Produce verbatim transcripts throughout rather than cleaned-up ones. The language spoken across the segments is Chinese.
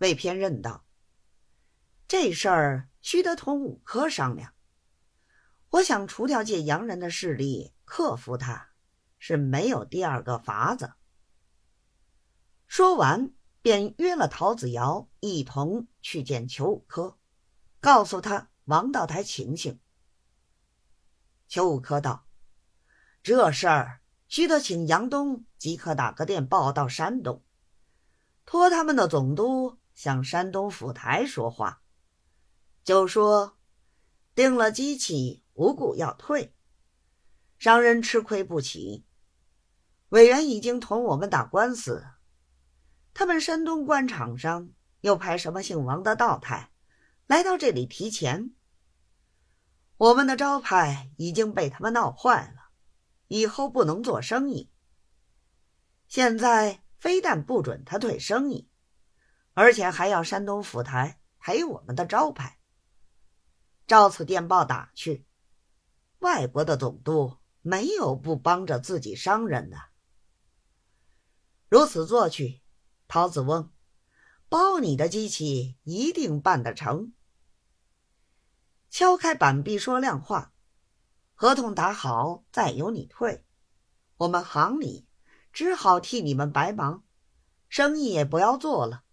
魏偏任道：这事儿须得同五科商量，我想除掉借洋人的势力，克服他，是没有第二个法子。说完便约了陶子尧一同去见裘五科，告诉他王道台情形。裘五科道：这事儿须得请杨东即刻打个电报到山东，托他们的总督向山东府台说话，就说定了机器无故要退，商人吃亏不起。委员已经同我们打官司，他们山东官场上又派什么姓王的道台来到这里提钱，我们的招牌已经被他们闹坏了，以后不能做生意。现在非但不准他退生意，而且还要山东府台赔我们的招牌。照此电报打去，外国的总督没有不帮着自己商人的。如此做去，陶子翁，包你的机器一定办得成。敲开板壁说亮话，合同打好再由你退，我们行里只好替你们白忙，生意也不要做了。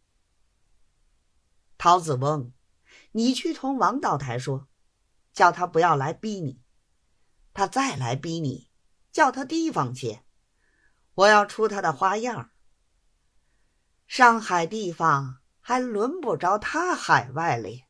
陶子翁，你去同王道台说，叫他不要来逼你，他再来逼你，叫他提防些，我要出他的花样。上海地方还轮不着他海外哩。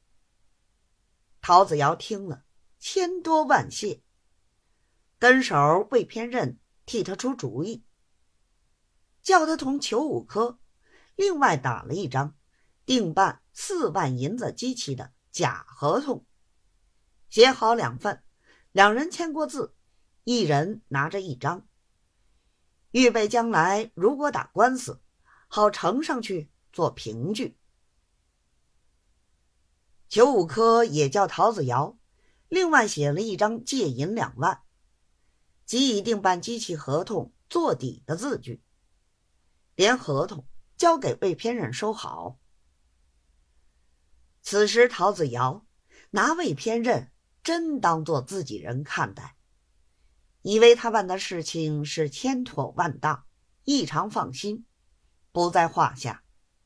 陶子尧听了，千多万谢，跟手魏偏任替他出主意，叫他同裘五科另外打了一张定办四万银子机器的假合同，写好两份，两人签过字，一人拿着一张，预备将来如果打官司，好呈上去做凭据。裘五科也叫陶子尧另外写了一张借银两万，即以定办机器合同做底的字据，连合同交给魏偏任收好。此时陶子尧拿魏偏任真当作自己人看待，以为他办的事情是千妥万当，异常放心，不在话下。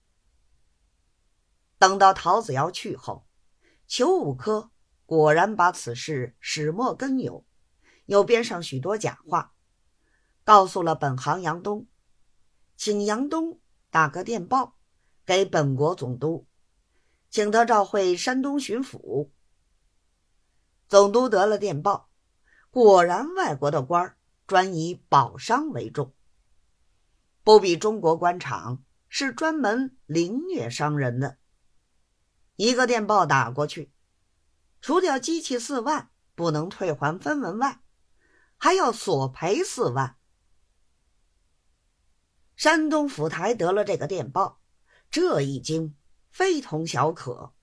等到陶子尧去后，裘五科果然把此事始末根由，又编上许多假话，告诉了本行杨东，请杨东打个电报给本国总督，请他召会山东巡抚。总督得了电报，果然外国的官专以保商为重，不比中国官场是专门凌虐商人的。一个电报打过去，除掉机器四万不能退还分文外，还要索赔四万。山东府台得了这个电报，这一惊非同小可，